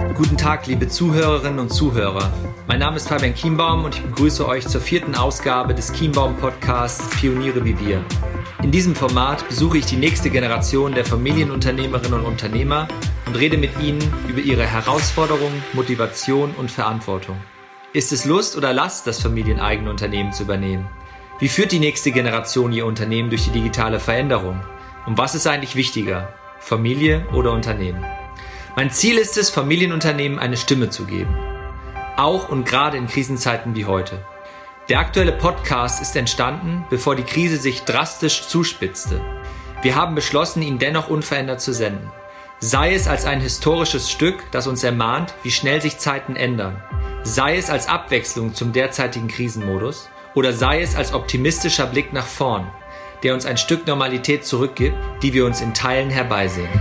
Guten Tag, liebe Zuhörerinnen und Zuhörer. Mein Name ist Fabian Kienbaum und ich begrüße euch zur 4. Ausgabe des Kienbaum-Podcasts Pioniere wie wir. In diesem Format besuche ich die nächste Generation der Familienunternehmerinnen und Unternehmer und rede mit ihnen über ihre Herausforderungen, Motivation und Verantwortung. Ist es Lust oder Last, das familieneigene Unternehmen zu übernehmen? Wie führt die nächste Generation ihr Unternehmen durch die digitale Veränderung? Und was ist eigentlich wichtiger, Familie oder Unternehmen? Mein Ziel ist es, Familienunternehmen eine Stimme zu geben. Auch und gerade in Krisenzeiten wie heute. Der aktuelle Podcast ist entstanden, bevor die Krise sich drastisch zuspitzte. Wir haben beschlossen, ihn dennoch unverändert zu senden. Sei es als ein historisches Stück, das uns ermahnt, wie schnell sich Zeiten ändern. Sei es als Abwechslung zum derzeitigen Krisenmodus. Oder sei es als optimistischer Blick nach vorn, der uns ein Stück Normalität zurückgibt, die wir uns in Teilen herbeisehen.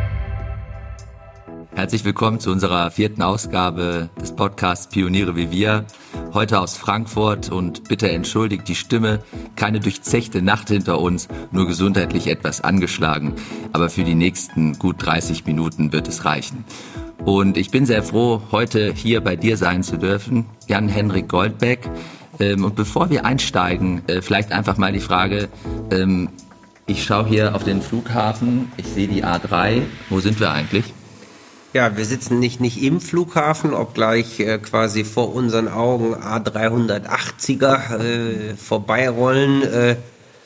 Herzlich willkommen zu unserer 4. Ausgabe des Podcasts Pioniere wie wir. Heute aus Frankfurt und bitte entschuldigt die Stimme. Keine durchzechte Nacht hinter uns, nur gesundheitlich etwas angeschlagen. Aber für die nächsten gut 30 Minuten wird es reichen. Und ich bin sehr froh, heute hier bei dir sein zu dürfen. Jan-Henrik Goldbeck. Und bevor wir einsteigen, vielleicht einfach mal die Frage, ich schaue hier auf den Flughafen, ich sehe die A3, wo sind wir eigentlich? Ja, wir sitzen nicht im Flughafen, obgleich quasi vor unseren Augen A380er vorbeirollen,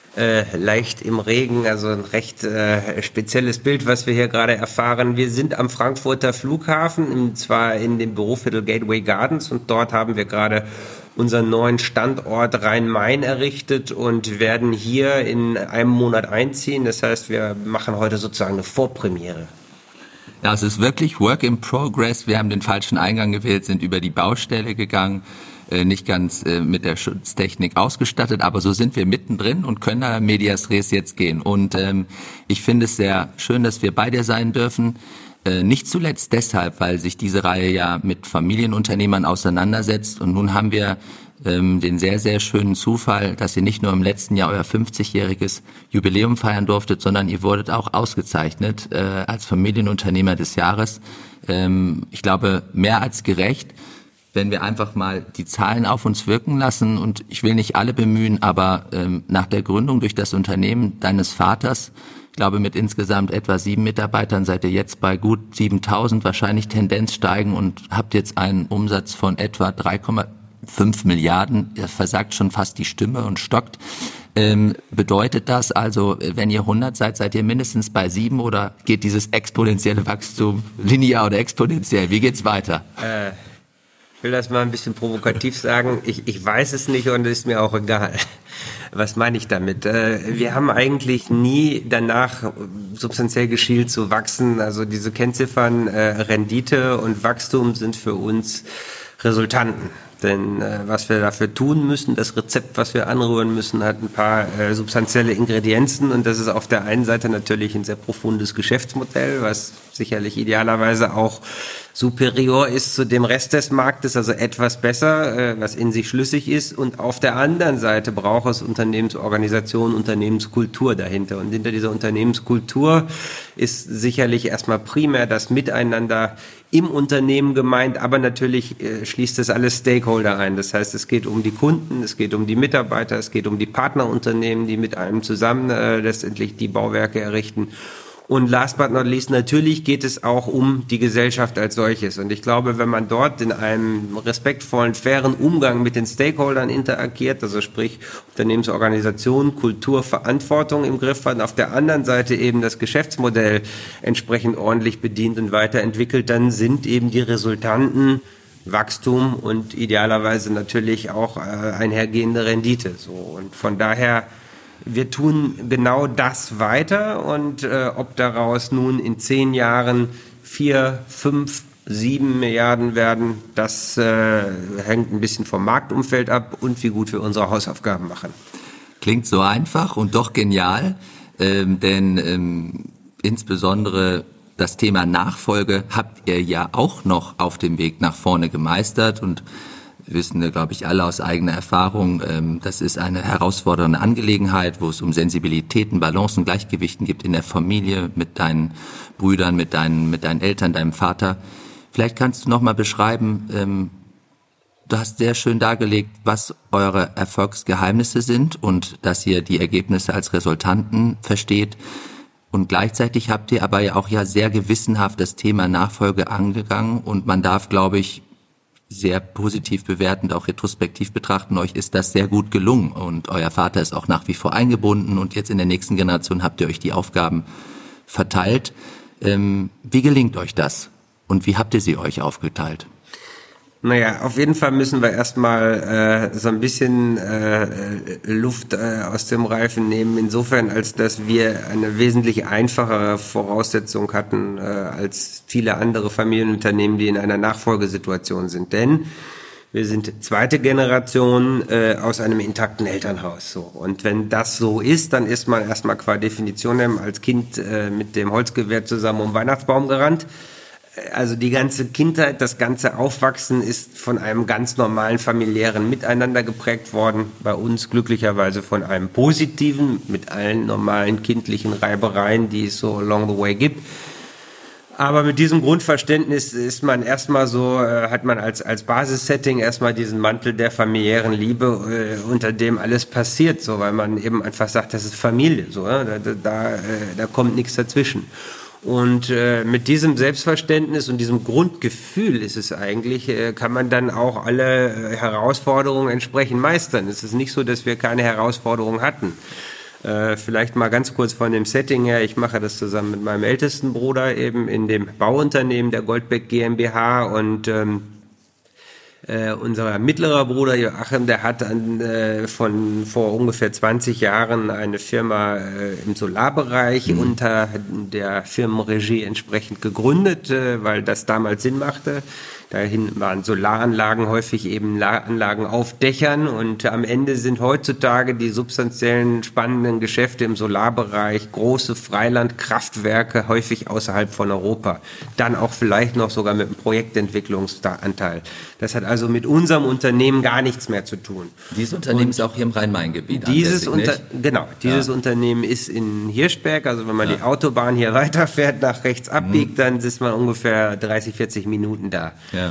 leicht im Regen, also ein recht spezielles Bild, was wir hier gerade erfahren. Wir sind am Frankfurter Flughafen, und zwar in dem Büroviertel Gateway Gardens, und dort haben wir gerade unseren neuen Standort Rhein-Main errichtet und werden hier in einem Monat einziehen. Das heißt, wir machen heute sozusagen eine Vorpremiere. Ja, es ist wirklich Work in Progress. Wir haben den falschen Eingang gewählt, sind über die Baustelle gegangen, nicht ganz mit der Schutztechnik ausgestattet, aber so sind wir mittendrin und können da medias res jetzt gehen. Und ich finde es sehr schön, dass wir bei dir sein dürfen. Nicht zuletzt deshalb, weil sich diese Reihe ja mit Familienunternehmern auseinandersetzt. Und nun haben wir den sehr, sehr schönen Zufall, dass ihr nicht nur im letzten Jahr euer 50-jähriges Jubiläum feiern durftet, sondern ihr wurdet auch ausgezeichnet als Familienunternehmer des Jahres. Ich glaube, mehr als gerecht, wenn wir einfach mal die Zahlen auf uns wirken lassen. Und ich will nicht alle bemühen, aber nach der Gründung durch das Unternehmen deines Vaters, ich glaube, mit insgesamt etwa 7 Mitarbeitern seid ihr jetzt bei gut 7.000, wahrscheinlich Tendenz steigen, und habt jetzt einen Umsatz von etwa 3,5 Milliarden. Ihr versagt schon fast die Stimme und stockt. Bedeutet das also, wenn ihr 100 seid ihr mindestens bei 7, oder geht dieses exponentielle Wachstum linear oder exponentiell? Wie geht's weiter? Ich will das mal ein bisschen provokativ sagen. Ich weiß es nicht und ist mir auch egal. Was meine ich damit? Wir haben eigentlich nie danach substanziell geschielt zu wachsen. Also diese Kennziffern Rendite und Wachstum sind für uns Resultanten. Denn was wir dafür tun müssen, das Rezept, was wir anrühren müssen, hat ein paar substanzielle Ingredienzen, und das ist auf der einen Seite natürlich ein sehr profundes Geschäftsmodell, was sicherlich idealerweise auch superior ist zu dem Rest des Marktes, also etwas besser, was in sich schlüssig ist, und auf der anderen Seite braucht es Unternehmensorganisation, Unternehmenskultur dahinter, und hinter dieser Unternehmenskultur ist sicherlich erstmal primär das Miteinander im Unternehmen gemeint, aber natürlich schließt das alles Stakeholder ein. Das heißt, es geht um die Kunden, es geht um die Mitarbeiter, es geht um die Partnerunternehmen, die mit einem zusammen letztendlich die Bauwerke errichten. Und last but not least, natürlich geht es auch um die Gesellschaft als solches. Und ich glaube, wenn man dort in einem respektvollen, fairen Umgang mit den Stakeholdern interagiert, also sprich Unternehmensorganisation, Kultur, Verantwortung im Griff hat, und auf der anderen Seite eben das Geschäftsmodell entsprechend ordentlich bedient und weiterentwickelt, dann sind eben die Resultanten Wachstum und idealerweise natürlich auch einhergehende Rendite. So, und von daher, wir tun genau das weiter, und ob daraus nun in 10 Jahren 4, 5, 7 Milliarden werden, das hängt ein bisschen vom Marktumfeld ab und wie gut wir unsere Hausaufgaben machen. Klingt so einfach und doch genial, denn insbesondere das Thema Nachfolge habt ihr ja auch noch auf dem Weg nach vorne gemeistert, und wissen wir, glaube ich, alle aus eigener Erfahrung, das ist eine herausfordernde Angelegenheit, wo es um Sensibilitäten, Balancen, Gleichgewichten gibt in der Familie, mit deinen Brüdern, mit deinen Eltern, deinem Vater. Vielleicht kannst du noch mal beschreiben, du hast sehr schön dargelegt, was eure Erfolgsgeheimnisse sind und dass ihr die Ergebnisse als Resultanten versteht. Und gleichzeitig habt ihr aber ja auch sehr gewissenhaft das Thema Nachfolge angegangen und man darf, glaube ich, sehr positiv bewertend, auch retrospektiv betrachten, euch ist das sehr gut gelungen und euer Vater ist auch nach wie vor eingebunden und jetzt in der nächsten Generation habt ihr euch die Aufgaben verteilt. Wie gelingt euch das und wie habt ihr sie euch aufgeteilt? Naja, auf jeden Fall müssen wir erstmal so ein bisschen Luft aus dem Reifen nehmen, insofern, als dass wir eine wesentlich einfachere Voraussetzung hatten als viele andere Familienunternehmen, die in einer Nachfolgesituation sind. Denn wir sind zweite Generation aus einem intakten Elternhaus. So. Und wenn das so ist, dann ist man erstmal qua Definition als Kind mit dem Holzgewehr zusammen um den Weihnachtsbaum gerannt. Also die ganze Kindheit, das ganze Aufwachsen ist von einem ganz normalen familiären Miteinander geprägt worden. Bei uns glücklicherweise von einem positiven, mit allen normalen kindlichen Reibereien, die es so along the way gibt. Aber mit diesem Grundverständnis ist man erstmal so, hat man als Basissetting erstmal diesen Mantel der familiären Liebe, unter dem alles passiert, so, weil man eben einfach sagt, das ist Familie, so, da kommt nichts dazwischen. Und mit diesem Selbstverständnis und diesem Grundgefühl ist es eigentlich, kann man dann auch alle Herausforderungen entsprechend meistern. Es ist nicht so, dass wir keine Herausforderungen hatten. Vielleicht mal ganz kurz von dem Setting her. Ich mache das zusammen mit meinem ältesten Bruder eben in dem Bauunternehmen der Goldbeck GmbH und unser mittlerer Bruder Joachim, der hat von vor ungefähr 20 Jahren eine Firma im Solarbereich unter der Firmenregie entsprechend gegründet, weil das damals Sinn machte. Dahin waren Solaranlagen häufig eben Anlagen auf Dächern und am Ende sind heutzutage die substanziellen spannenden Geschäfte im Solarbereich große Freilandkraftwerke, häufig außerhalb von Europa. Dann auch vielleicht noch sogar mit einem Projektentwicklungsanteil. Das hat also mit unserem Unternehmen gar nichts mehr zu tun. Dieses Unternehmen ist auch hier im Rhein-Main-Gebiet. Dieses Unternehmen ist in Hirschberg, also wenn man die Autobahn hier weiterfährt, nach rechts abbiegt, dann ist man ungefähr 30, 40 Minuten da. Ja.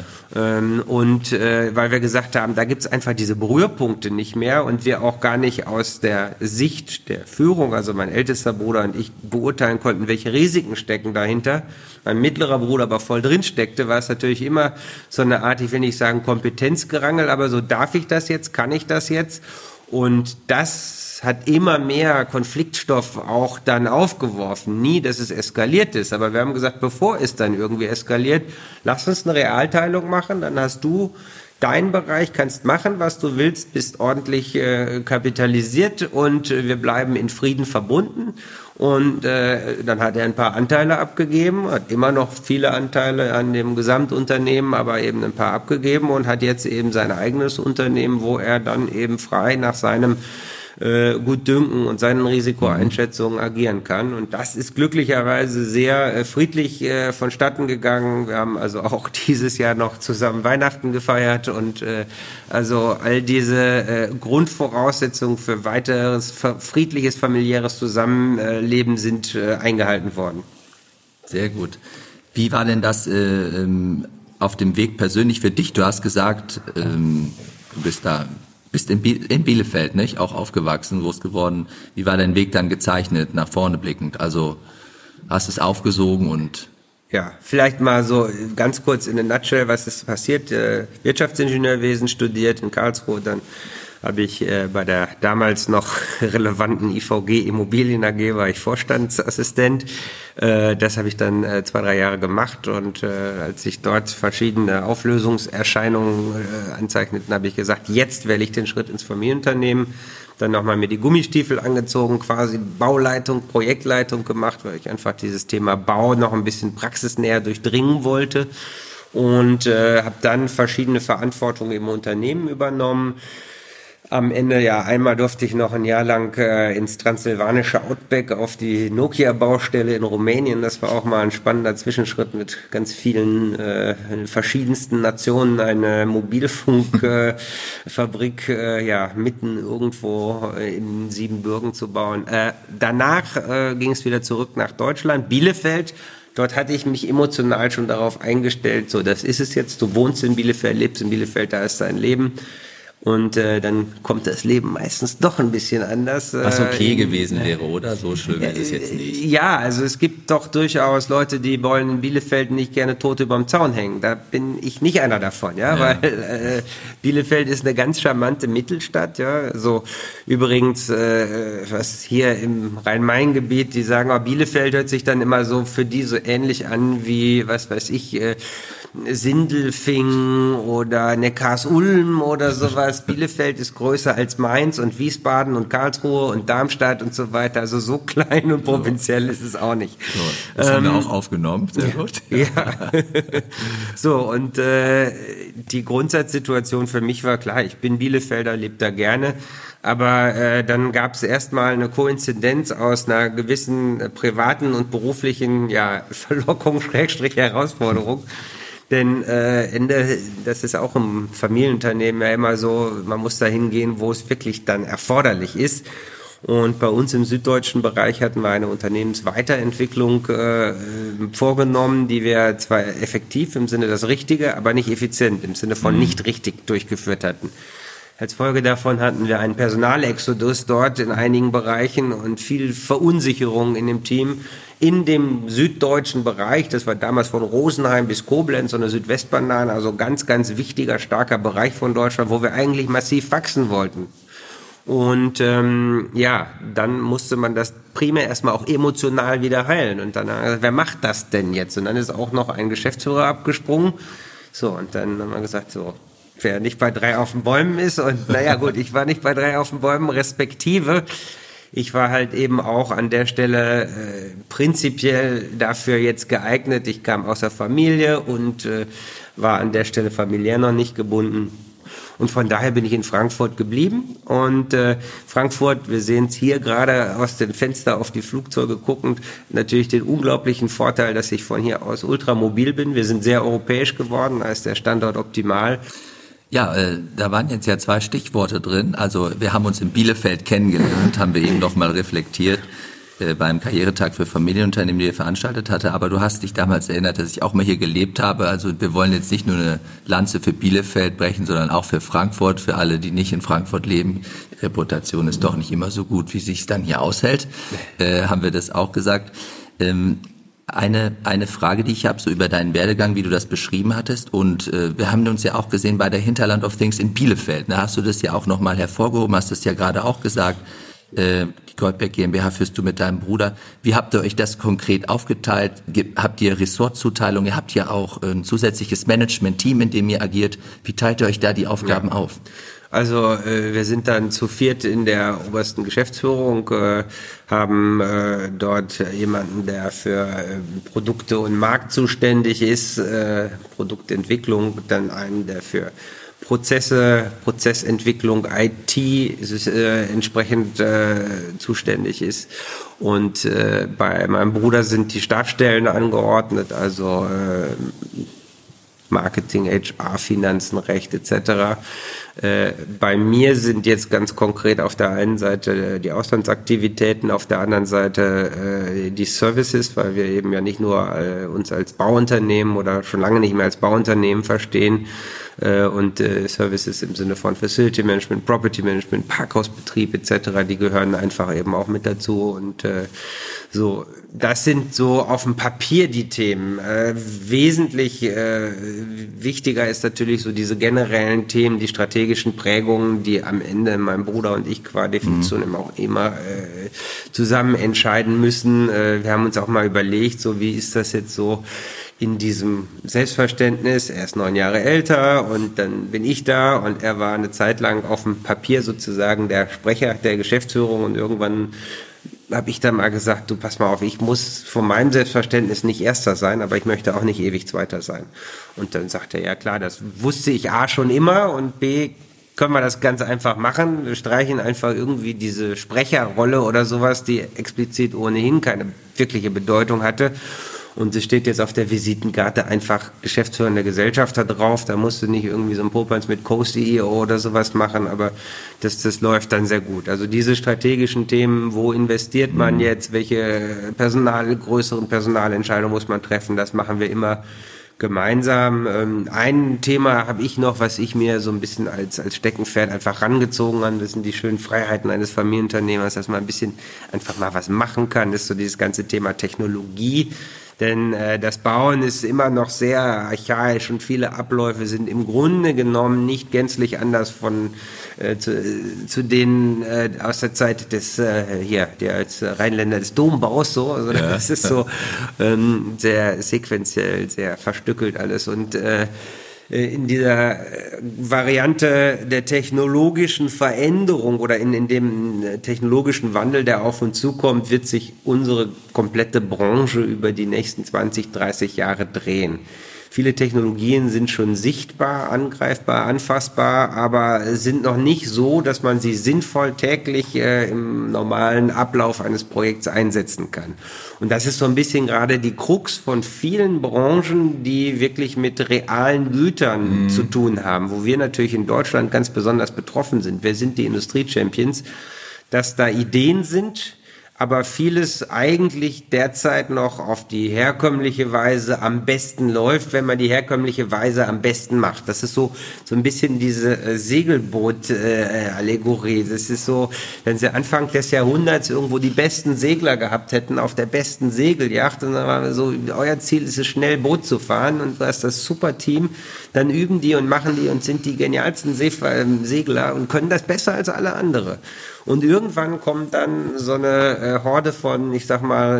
Weil wir gesagt haben, da gibt's einfach diese Berührpunkte nicht mehr und wir auch gar nicht aus der Sicht der Führung, also mein ältester Bruder und ich, beurteilen konnten, welche Risiken stecken dahinter. Mein mittlerer Bruder aber voll drin steckte, war es natürlich immer so eine Art, ich will nicht sagen Kompetenzgerangel, aber so darf ich das jetzt, kann ich das jetzt? Und das hat immer mehr Konfliktstoff auch dann aufgeworfen. Nie, dass es eskaliert ist. Aber wir haben gesagt, bevor es dann irgendwie eskaliert, lass uns eine Realteilung machen. Dann hast du deinen Bereich, kannst machen, was du willst, bist ordentlich kapitalisiert und wir bleiben in Frieden verbunden. Und dann hat er ein paar Anteile abgegeben, hat immer noch viele Anteile an dem Gesamtunternehmen, aber eben ein paar abgegeben und hat jetzt eben sein eigenes Unternehmen, wo er dann eben frei nach seinem Gutdünken und seinen Risikoeinschätzungen agieren kann. Und das ist glücklicherweise sehr friedlich vonstatten gegangen. Wir haben also auch dieses Jahr noch zusammen Weihnachten gefeiert und also all diese Grundvoraussetzungen für weiteres friedliches, familiäres Zusammenleben sind eingehalten worden. Sehr gut. Wie war denn das auf dem Weg persönlich für dich? Du hast gesagt, du bist in Bielefeld, nicht? Auch aufgewachsen, groß geworden. Wie war dein Weg dann gezeichnet, nach vorne blickend? Also hast es aufgesogen und... Ja, vielleicht mal so ganz kurz in a nutshell, was ist passiert. Wirtschaftsingenieurwesen studiert in Karlsruhe, dann habe ich bei der damals noch relevanten IVG Immobilien AG war ich Vorstandsassistent. Das habe ich dann 2-3 Jahre gemacht und als sich dort verschiedene Auflösungserscheinungen anzeichneten, habe ich gesagt, jetzt wähle ich den Schritt ins Familienunternehmen. Dann nochmal mir die Gummistiefel angezogen, quasi Bauleitung, Projektleitung gemacht, weil ich einfach dieses Thema Bau noch ein bisschen praxisnäher durchdringen wollte und habe dann verschiedene Verantwortungen im Unternehmen übernommen. Am Ende, ja, einmal durfte ich noch ein Jahr lang ins transsilvanische Outback auf die Nokia-Baustelle in Rumänien. Das war auch mal ein spannender Zwischenschritt mit ganz vielen verschiedensten Nationen. Eine Mobilfunkfabrik mitten irgendwo in Siebenbürgen zu bauen. Danach ging es wieder zurück nach Deutschland, Bielefeld. dort hatte ich mich emotional schon darauf eingestellt, so, das ist es jetzt, du wohnst in Bielefeld, lebst in Bielefeld, da ist dein Leben. Und dann kommt das Leben meistens doch ein bisschen anders. Was okay gewesen wäre, oder? So schlimm ist es jetzt nicht. Ja, also es gibt doch durchaus Leute, die wollen in Bielefeld nicht gerne tot überm Zaun hängen. Da bin ich nicht einer davon, ja. Weil Bielefeld ist eine ganz charmante Mittelstadt, ja. So übrigens, was hier im Rhein-Main-Gebiet, die sagen, oh, Bielefeld hört sich dann immer so für die so ähnlich an wie, was weiß ich, Sindelfingen oder Neckarsulm oder sowas. Bielefeld ist größer als Mainz und Wiesbaden und Karlsruhe und Darmstadt und so weiter. Also so klein und provinziell ist es auch nicht. So, das haben wir auch aufgenommen. Sehr gut. Ja. So, und die Grundsatzsituation für mich war klar, ich bin Bielefelder, lebe da gerne. Aber dann gab es erstmal eine Koinzidenz aus einer gewissen privaten und beruflichen Verlockung, Herausforderung. Denn das ist auch im Familienunternehmen ja immer so, man muss da hingehen, wo es wirklich dann erforderlich ist. Und bei uns im süddeutschen Bereich hatten wir eine Unternehmensweiterentwicklung vorgenommen, die wir zwar effektiv im Sinne das Richtige, aber nicht effizient, im Sinne von nicht richtig durchgeführt hatten. Als Folge davon hatten wir einen Personalexodus dort in einigen Bereichen und viel Verunsicherung in dem Team. In dem süddeutschen Bereich, das war damals von Rosenheim bis Koblenz, so eine Südwestbahn, also ganz, ganz wichtiger, starker Bereich von Deutschland, wo wir eigentlich massiv wachsen wollten. Und dann musste man das primär erstmal auch emotional wieder heilen. Und dann, wer macht das denn jetzt? Und dann ist auch noch ein Geschäftsführer abgesprungen. So, und dann haben wir gesagt, so, wer nicht bei 3 auf den Bäumen ist. Und naja gut, ich war nicht bei 3 auf den Bäumen, respektive ich war halt eben auch an der Stelle prinzipiell dafür jetzt geeignet. Ich kam aus der Familie und war an der Stelle familiär noch nicht gebunden. Und von daher bin ich in Frankfurt geblieben. Und Frankfurt, wir sehen es hier gerade aus dem Fenster auf die Flugzeuge guckend, natürlich den unglaublichen Vorteil, dass ich von hier aus ultramobil bin. Wir sind sehr europäisch geworden, da ist der Standort optimal. Ja, da waren jetzt ja 2 Stichworte drin. Also wir haben uns in Bielefeld kennengelernt, haben wir eben noch mal reflektiert beim Karrieretag für Familienunternehmen, den ihr veranstaltet hatte. Aber du hast dich damals erinnert, dass ich auch mal hier gelebt habe. Also wir wollen jetzt nicht nur eine Lanze für Bielefeld brechen, sondern auch für Frankfurt, für alle, die nicht in Frankfurt leben. Die Reputation ist doch nicht immer so gut, wie sich's dann hier aushält. Haben wir das auch gesagt. Eine Frage, die ich habe, so über deinen Werdegang, wie du das beschrieben hattest. Und wir haben uns ja auch gesehen bei der Hinterland of Things in Bielefeld. Da hast du das ja auch nochmal hervorgehoben, hast das ja gerade auch gesagt. Die Goldberg GmbH führst du mit deinem Bruder. Wie habt ihr euch das konkret aufgeteilt? Habt ihr Ressortzuteilung? Ihr habt ja auch ein zusätzliches Management-Team, in dem ihr agiert. Wie teilt ihr euch da die Aufgaben auf? Also wir sind dann zu 4 in der obersten Geschäftsführung, haben dort jemanden, der für Produkte und Markt zuständig ist, Produktentwicklung, dann einen, der für Prozesse, Prozessentwicklung, IT entsprechend zuständig ist. Und bei meinem Bruder sind die Stabsstellen angeordnet, also Marketing, HR, Finanzen, Recht etc. Bei mir sind jetzt ganz konkret auf der einen Seite die Auslandsaktivitäten, auf der anderen Seite die Services, weil wir eben ja nicht nur uns als Bauunternehmen oder schon lange nicht mehr als Bauunternehmen verstehen und Services im Sinne von Facility Management, Property Management, Parkhausbetrieb etc., die gehören einfach eben auch mit dazu und so. Das sind so auf dem Papier die Themen. Wesentlich wichtiger ist natürlich so diese generellen Themen, die strategischen Prägungen, die am Ende mein Bruder und ich qua Definition auch immer zusammen entscheiden müssen. Wir haben uns auch mal überlegt, so wie ist das jetzt so in diesem Selbstverständnis. Er ist 9 Jahre älter und dann bin ich da und er war eine Zeit lang auf dem Papier sozusagen der Sprecher der Geschäftsführung und irgendwann habe ich dann mal gesagt, du pass mal auf, ich muss von meinem Selbstverständnis nicht Erster sein, aber ich möchte auch nicht ewig Zweiter sein. Und dann sagte er, ja klar, das wusste ich A schon immer und B, können wir das ganz einfach machen. Wir streichen einfach irgendwie diese Sprecherrolle oder sowas, die explizit ohnehin keine wirkliche Bedeutung hatte. Und es steht jetzt auf der Visitenkarte einfach geschäftsführender Gesellschafter drauf. Da musst du nicht irgendwie so ein Popanz mit Co-CEO oder sowas machen, aber das läuft dann sehr gut. Also diese strategischen Themen, wo investiert man jetzt, welche größeren Personalentscheidungen muss man treffen, das machen wir immer gemeinsam. Ein Thema habe ich noch, was ich mir so ein bisschen als Steckenpferd einfach rangezogen habe. Das sind die schönen Freiheiten eines Familienunternehmers, dass man ein bisschen einfach mal was machen kann. Das ist so dieses ganze Thema Technologie. Denn das Bauen ist immer noch sehr archaisch und viele Abläufe sind im Grunde genommen nicht gänzlich anders zu denen aus der Zeit des der als Rheinländer des Dombaus so. Also das ist so sehr sequenziell, sehr verstückelt alles und in dieser Variante der technologischen Veränderung oder in dem technologischen Wandel, der auf uns zukommt, wird sich unsere komplette Branche über die nächsten 20, 30 Jahre drehen. Viele Technologien sind schon sichtbar, angreifbar, anfassbar, aber sind noch nicht so, dass man sie sinnvoll täglich im normalen Ablauf eines Projekts einsetzen kann. Und das ist so ein bisschen gerade die Krux von vielen Branchen, die wirklich mit realen Gütern zu tun haben, wo wir natürlich in Deutschland ganz besonders betroffen sind. Wir sind die Industrie-Champions, dass da Ideen sind, aber vieles eigentlich derzeit noch auf die herkömmliche Weise am besten läuft, wenn man die herkömmliche Weise am besten macht. Das ist so ein bisschen diese Segelboot-Allegorie. Das ist so, wenn sie Anfang des Jahrhunderts irgendwo die besten Segler gehabt hätten auf der besten Segelyacht und dann war so, euer Ziel ist es, schnell Boot zu fahren und du hast das super Team, dann üben die und machen die und sind die genialsten Segler und können das besser als alle andere. Und irgendwann kommt dann so eine Horde von, ich sag mal,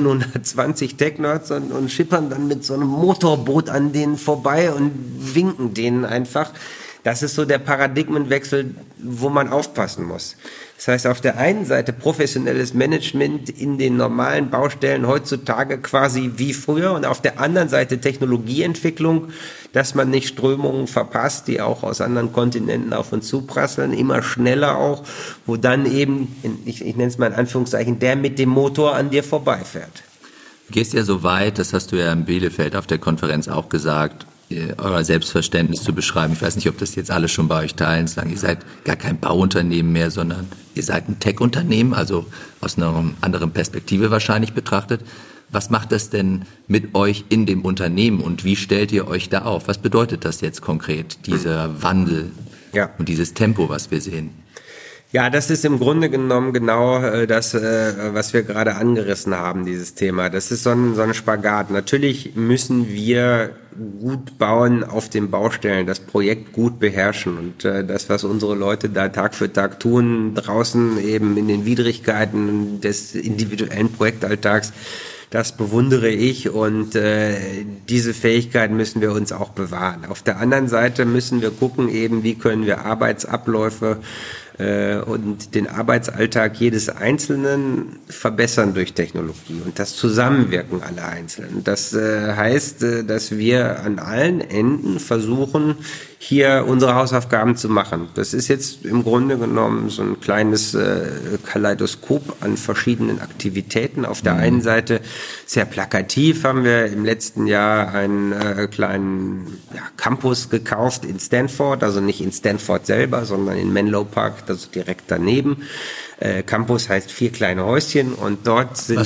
1920 Tech-Nerds und schippern dann mit so einem Motorboot an denen vorbei und winken denen einfach. Das ist so der Paradigmenwechsel, wo man aufpassen muss. Das heißt, auf der einen Seite professionelles Management in den normalen Baustellen heutzutage quasi wie früher und auf der anderen Seite Technologieentwicklung, dass man nicht Strömungen verpasst, die auch aus anderen Kontinenten auf uns zuprasseln, immer schneller auch, wo dann eben, ich nenne es mal in Anführungszeichen, der mit dem Motor an dir vorbeifährt. Du gehst ja so weit, das hast du ja in Bielefeld auf der Konferenz auch gesagt, euer Selbstverständnis zu beschreiben. Ich weiß nicht, ob das jetzt alle schon bei euch teilen, sagen, ihr seid gar kein Bauunternehmen mehr, sondern ihr seid ein Tech-Unternehmen, also aus einer anderen Perspektive wahrscheinlich betrachtet. Was macht das denn mit euch in dem Unternehmen und wie stellt ihr euch da auf? Was bedeutet das jetzt konkret, dieser Wandel und dieses Tempo, was wir sehen? Ja, das ist im Grunde genommen genau das, was wir gerade angerissen haben, dieses Thema. Das ist so ein Spagat. Natürlich müssen wir gut bauen auf den Baustellen, das Projekt gut beherrschen und das, was unsere Leute da Tag für Tag tun, draußen eben in den Widrigkeiten des individuellen Projektalltags, das bewundere ich und diese Fähigkeit müssen wir uns auch bewahren. Auf der anderen Seite müssen wir gucken eben, wie können wir Arbeitsabläufe und den Arbeitsalltag jedes Einzelnen verbessern durch Technologie und das Zusammenwirken aller Einzelnen. Das heißt, dass wir an allen Enden versuchen, hier unsere Hausaufgaben zu machen. Das ist jetzt im Grunde genommen so ein kleines Kaleidoskop an verschiedenen Aktivitäten. Auf der einen Seite sehr plakativ haben wir im letzten Jahr einen kleinen Campus gekauft in Stanford, also nicht in Stanford selber, sondern in Menlo Park, also direkt daneben. Campus heißt 4 kleine Häuschen und dort sind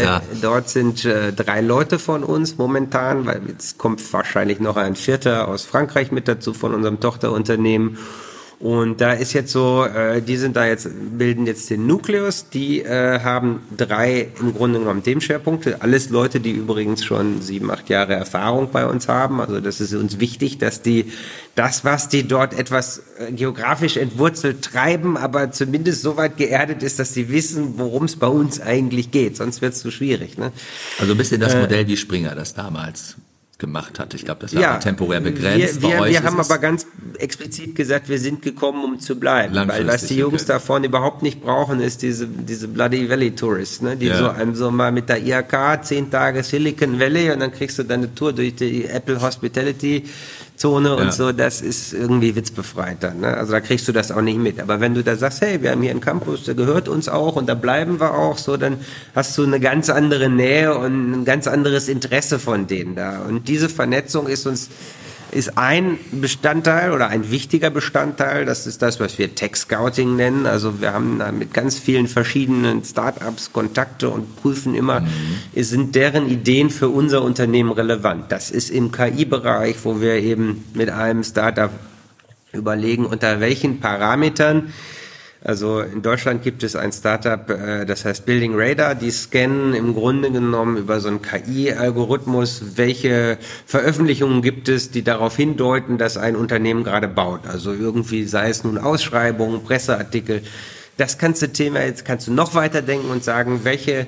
3 Leute von uns momentan, weil jetzt kommt wahrscheinlich noch ein 4. aus Frankreich mit dazu von unserem Tochterunternehmen. Und da ist jetzt so, bilden jetzt den Nukleus, die haben 3 im Grunde genommen Themenschwerpunkte. Alles Leute, die übrigens schon 7, 8 Jahre Erfahrung bei uns haben. Also das ist uns wichtig, dass was die dort etwas geografisch entwurzelt treiben, aber zumindest so weit geerdet ist, dass sie wissen, worum es bei uns eigentlich geht. Sonst wird es zu schwierig. Ne? Also ein bisschen das Modell, wie Springer das damals gemacht hat. Ich glaube, das war temporär begrenzt. Wir haben aber ganz explizit gesagt, wir sind gekommen, um zu bleiben. Weil was die Jungs da vorne überhaupt nicht brauchen, ist diese Bloody Valley Tourists, ne? Die so mal mit der IHK 10 Tage Silicon Valley und dann kriegst du deine Tour durch die Apple Hospitality Zone und so, das ist irgendwie witzbefreit dann. Ne? Also da kriegst du das auch nicht mit. Aber wenn du da sagst, hey, wir haben hier einen Campus, der gehört uns auch und da bleiben wir auch, so, dann hast du eine ganz andere Nähe und ein ganz anderes Interesse von denen da. Und diese Vernetzung ist ein Bestandteil oder ein wichtiger Bestandteil. Das ist das, was wir Tech Scouting nennen. Also wir haben da mit ganz vielen verschiedenen Startups Kontakte und prüfen immer, sind deren Ideen für unser Unternehmen relevant. Das ist im KI-Bereich, wo wir eben mit einem Startup überlegen, unter welchen Parametern. Also in Deutschland gibt es ein Startup, das heißt Building Radar, die scannen im Grunde genommen über so einen KI-Algorithmus, welche Veröffentlichungen gibt es, die darauf hindeuten, dass ein Unternehmen gerade baut. Also irgendwie, sei es nun Ausschreibungen, Presseartikel. Das Thema jetzt kannst du noch weiter denken und sagen, welche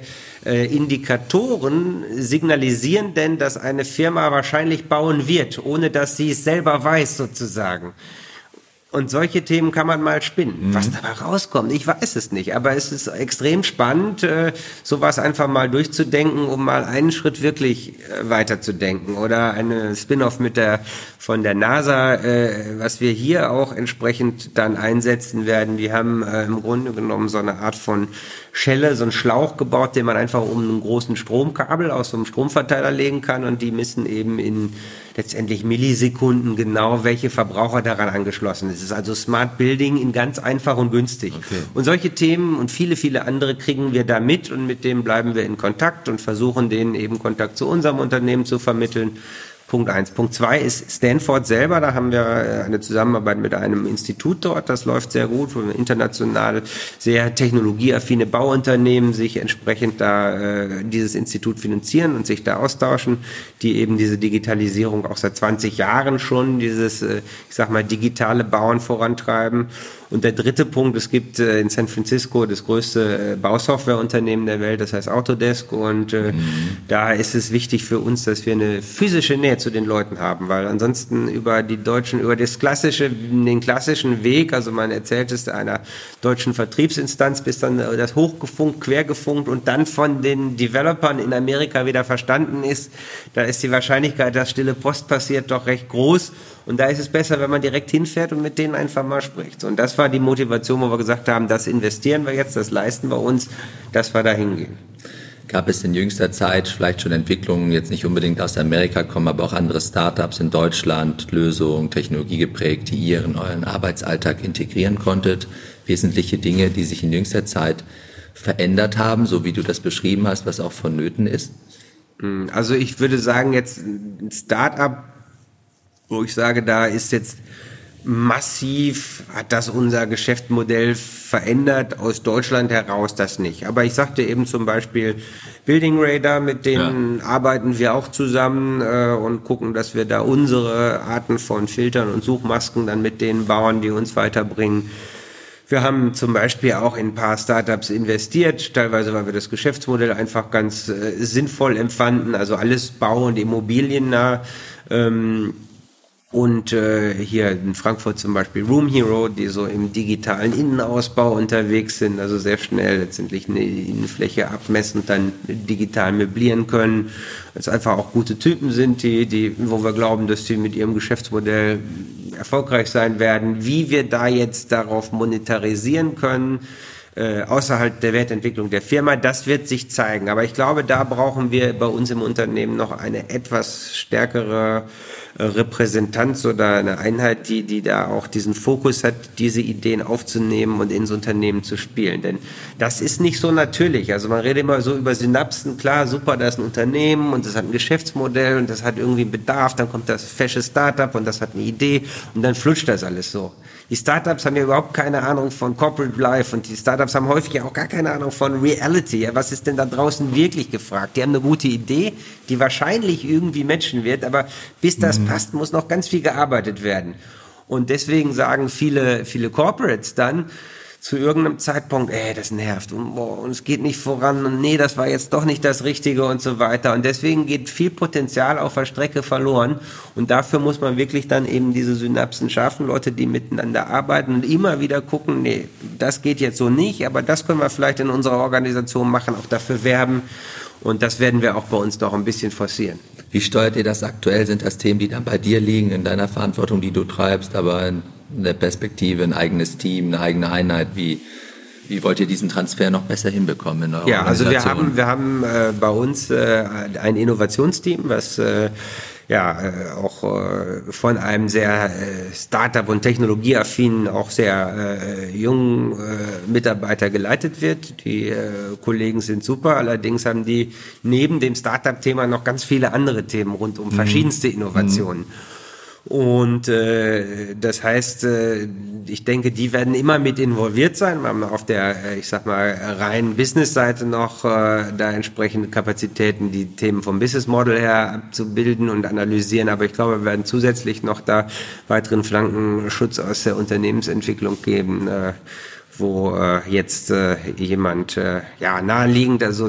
Indikatoren signalisieren denn, dass eine Firma wahrscheinlich bauen wird, ohne dass sie es selber weiß sozusagen. Und solche Themen kann man mal spinnen. Was dabei rauskommt, ich weiß es nicht. Aber es ist extrem spannend, sowas einfach mal durchzudenken, um mal einen Schritt wirklich weiterzudenken. Oder eine Spin-off von der NASA, was wir hier auch entsprechend dann einsetzen werden. Die haben im Grunde genommen so eine Art von Schelle, so einen Schlauch gebaut, den man einfach um einen großen Stromkabel aus so einem Stromverteiler legen kann. Und die messen eben in letztendlich Millisekunden genau, welche Verbraucher daran angeschlossen ist. Es ist also Smart Building in ganz einfach und günstig. Okay. Und solche Themen und viele, viele andere kriegen wir da mit und mit denen bleiben wir in Kontakt und versuchen denen eben Kontakt zu unserem Unternehmen zu vermitteln. Punkt 1. Punkt 2 ist Stanford selber. Da haben wir eine Zusammenarbeit mit einem Institut dort. Das läuft sehr gut, wo international sehr technologieaffine Bauunternehmen sich entsprechend da dieses Institut finanzieren und sich da austauschen, die eben diese Digitalisierung auch seit 20 Jahren schon, dieses, ich sag mal, digitale Bauen vorantreiben. Und der dritte Punkt, es gibt in San Francisco das größte Bausoftwareunternehmen der Welt, das heißt Autodesk. Und da ist es wichtig für uns, dass wir eine physische Nähe zu den Leuten haben, weil ansonsten über den klassischen Weg, also man erzählt es einer deutschen Vertriebsinstanz, bis dann das hochgefunkt, quergefunkt und dann von den Developern in Amerika wieder verstanden ist, da ist die Wahrscheinlichkeit, dass stille Post passiert, doch recht groß. Und da ist es besser, wenn man direkt hinfährt und mit denen einfach mal spricht. Und das war die Motivation, wo wir gesagt haben, das investieren wir jetzt, das leisten wir uns, dass wir da hingehen. Gab es in jüngster Zeit vielleicht schon Entwicklungen, jetzt nicht unbedingt aus Amerika kommen, aber auch andere Startups in Deutschland, Lösungen, Technologie geprägt, die ihr in euren Arbeitsalltag integrieren konntet? Wesentliche Dinge, die sich in jüngster Zeit verändert haben, so wie du das beschrieben hast, was auch vonnöten ist? Also ich würde sagen, jetzt ein Startup, wo ich sage, da ist jetzt massiv, hat das unser Geschäftsmodell verändert, aus Deutschland heraus das nicht. Aber ich sagte eben zum Beispiel Building Radar, mit denen arbeiten wir auch zusammen und gucken, dass wir da unsere Arten von Filtern und Suchmasken dann mit denen bauen, die uns weiterbringen. Wir haben zum Beispiel auch in ein paar Startups investiert, teilweise weil wir das Geschäftsmodell einfach ganz sinnvoll empfanden, also alles Bau- und Immobiliennah. Und hier in Frankfurt zum Beispiel Room Hero, die so im digitalen Innenausbau unterwegs sind, also sehr schnell letztendlich eine Innenfläche abmessen und dann digital möblieren können. Es einfach auch gute Typen sind, wo wir glauben, dass sie mit ihrem Geschäftsmodell erfolgreich sein werden. Wie wir da jetzt darauf monetarisieren können, außerhalb der Wertentwicklung der Firma, das wird sich zeigen. Aber ich glaube, da brauchen wir bei uns im Unternehmen noch eine etwas stärkere Repräsentanz oder eine Einheit, die da auch diesen Fokus hat, diese Ideen aufzunehmen und ins Unternehmen zu spielen. Denn das ist nicht so natürlich. Also man redet immer so über Synapsen, klar, super, da ist ein Unternehmen und das hat ein Geschäftsmodell und das hat irgendwie einen Bedarf, dann kommt das fesche Startup und das hat eine Idee und dann flutscht das alles so. Die Startups haben ja überhaupt keine Ahnung von Corporate Life und die Startups haben häufig auch gar keine Ahnung von Reality. Was ist denn da draußen wirklich gefragt? Die haben eine gute Idee, die wahrscheinlich irgendwie matchen wird, aber bis das passt, muss noch ganz viel gearbeitet werden. Und deswegen sagen viele Corporates dann zu irgendeinem Zeitpunkt, das nervt und es geht nicht voran und nee, das war jetzt doch nicht das Richtige und so weiter. Und deswegen geht viel Potenzial auf der Strecke verloren. Und dafür muss man wirklich dann eben diese Synapsen schaffen, Leute, die miteinander arbeiten und immer wieder gucken, nee, das geht jetzt so nicht, aber das können wir vielleicht in unserer Organisation machen, auch dafür werben. Und das werden wir auch bei uns noch ein bisschen forcieren. Wie steuert ihr das aktuell? Sind das Themen, die dann bei dir liegen, in deiner Verantwortung, die du treibst, aber in der Perspektive ein eigenes Team, eine eigene Einheit? Wie wollt ihr diesen Transfer noch besser hinbekommen in eurer Organisation? Also wir haben bei uns ein Innovationsteam, was auch von einem sehr Startup- und technologieaffinen, auch sehr jungen Mitarbeiter geleitet wird. Die Kollegen sind super, allerdings haben die neben dem Startup-Thema noch ganz viele andere Themen rund um verschiedenste Innovationen. Und das heißt, ich denke, die werden immer mit involviert sein. Wir haben auf der, reinen Business-Seite noch da entsprechende Kapazitäten, die Themen vom Business Model her abzubilden und analysieren. Aber ich glaube, wir werden zusätzlich noch da weiteren Flankenschutz aus der Unternehmensentwicklung geben, wo jetzt jemand naheliegend, also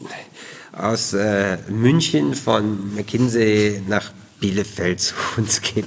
aus München von McKinsey nach Bielefeld zu uns geht.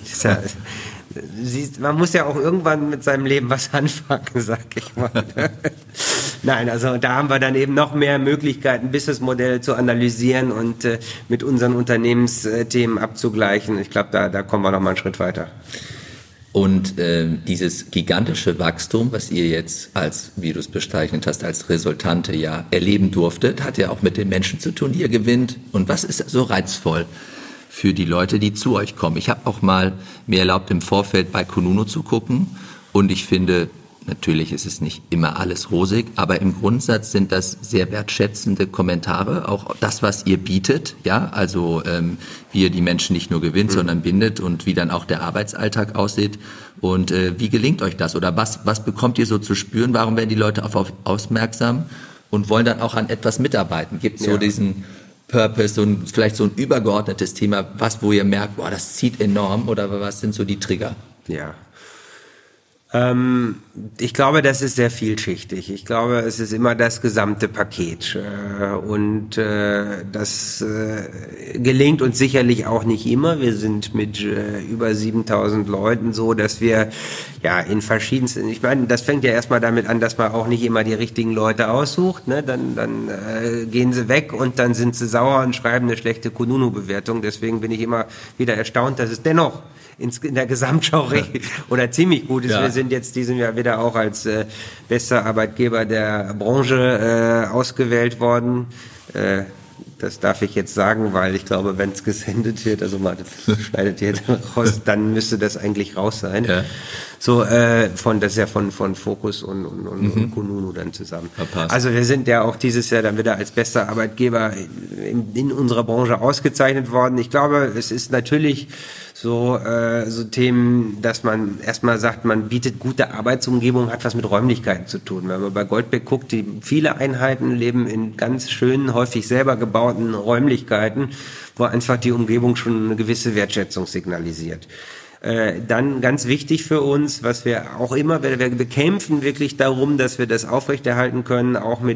Man muss ja auch irgendwann mit seinem Leben was anfangen, sag ich mal. Nein, also da haben wir dann eben noch mehr Möglichkeiten, Businessmodelle zu analysieren und mit unseren Unternehmensthemen abzugleichen. Ich glaube, da kommen wir noch mal einen Schritt weiter. Und dieses gigantische Wachstum, was ihr jetzt als, wie du es bezeichnet hast, als Resultante ja erleben durftet, hat ja auch mit den Menschen zu tun, die ihr gewinnt. Und was ist so reizvoll für die Leute, die zu euch kommen? Ich habe auch mal mir erlaubt, im Vorfeld bei Kununu zu gucken, und ich finde, natürlich ist es nicht immer alles rosig, aber im Grundsatz sind das sehr wertschätzende Kommentare, auch das, was ihr bietet, ja, also wie ihr die Menschen nicht nur gewinnt, sondern bindet, und wie dann auch der Arbeitsalltag aussieht. Und wie gelingt euch das, oder was bekommt ihr so zu spüren? Warum werden die Leute auf aufmerksam und wollen dann auch an etwas mitarbeiten? Gibt es so diesen Purpose und vielleicht so ein übergeordnetes Thema, wo ihr merkt, boah, das zieht enorm, oder was sind so die Trigger? Ja. Ich glaube, das ist sehr vielschichtig. Ich glaube, es ist immer das gesamte Paket. Und das gelingt uns sicherlich auch nicht immer. Wir sind mit über 7000 Leuten so, dass wir in verschiedensten, ich meine, das fängt ja erstmal damit an, dass man auch nicht immer die richtigen Leute aussucht. Ne? Dann gehen sie weg und dann sind sie sauer und schreiben eine schlechte Kununu-Bewertung. Deswegen bin ich immer wieder erstaunt, dass es dennoch in der Gesamtschau oder ziemlich gut ist. Ja. Wir sind jetzt diesem Jahr wieder auch als bester Arbeitgeber der Branche ausgewählt worden. Das darf ich jetzt sagen, weil ich glaube, wenn es gesendet wird, also man schneidet jetzt raus, dann müsste das eigentlich raus sein. Ja. So das ist ja von Focus und Kununu dann zusammen. Verpasst. Also wir sind ja auch dieses Jahr dann wieder als bester Arbeitgeber in unserer Branche ausgezeichnet worden. Ich glaube, es ist natürlich so Themen, dass man erstmal sagt, man bietet gute Arbeitsumgebung, hat was mit Räumlichkeiten zu tun. Wenn man bei Goldbeck guckt, viele Einheiten leben in ganz schönen, häufig selber gebauten Räumlichkeiten, wo einfach die Umgebung schon eine gewisse Wertschätzung signalisiert. Dann ganz wichtig für uns, was wir auch immer, wir kämpfen wirklich darum, dass wir das aufrechterhalten können, auch mit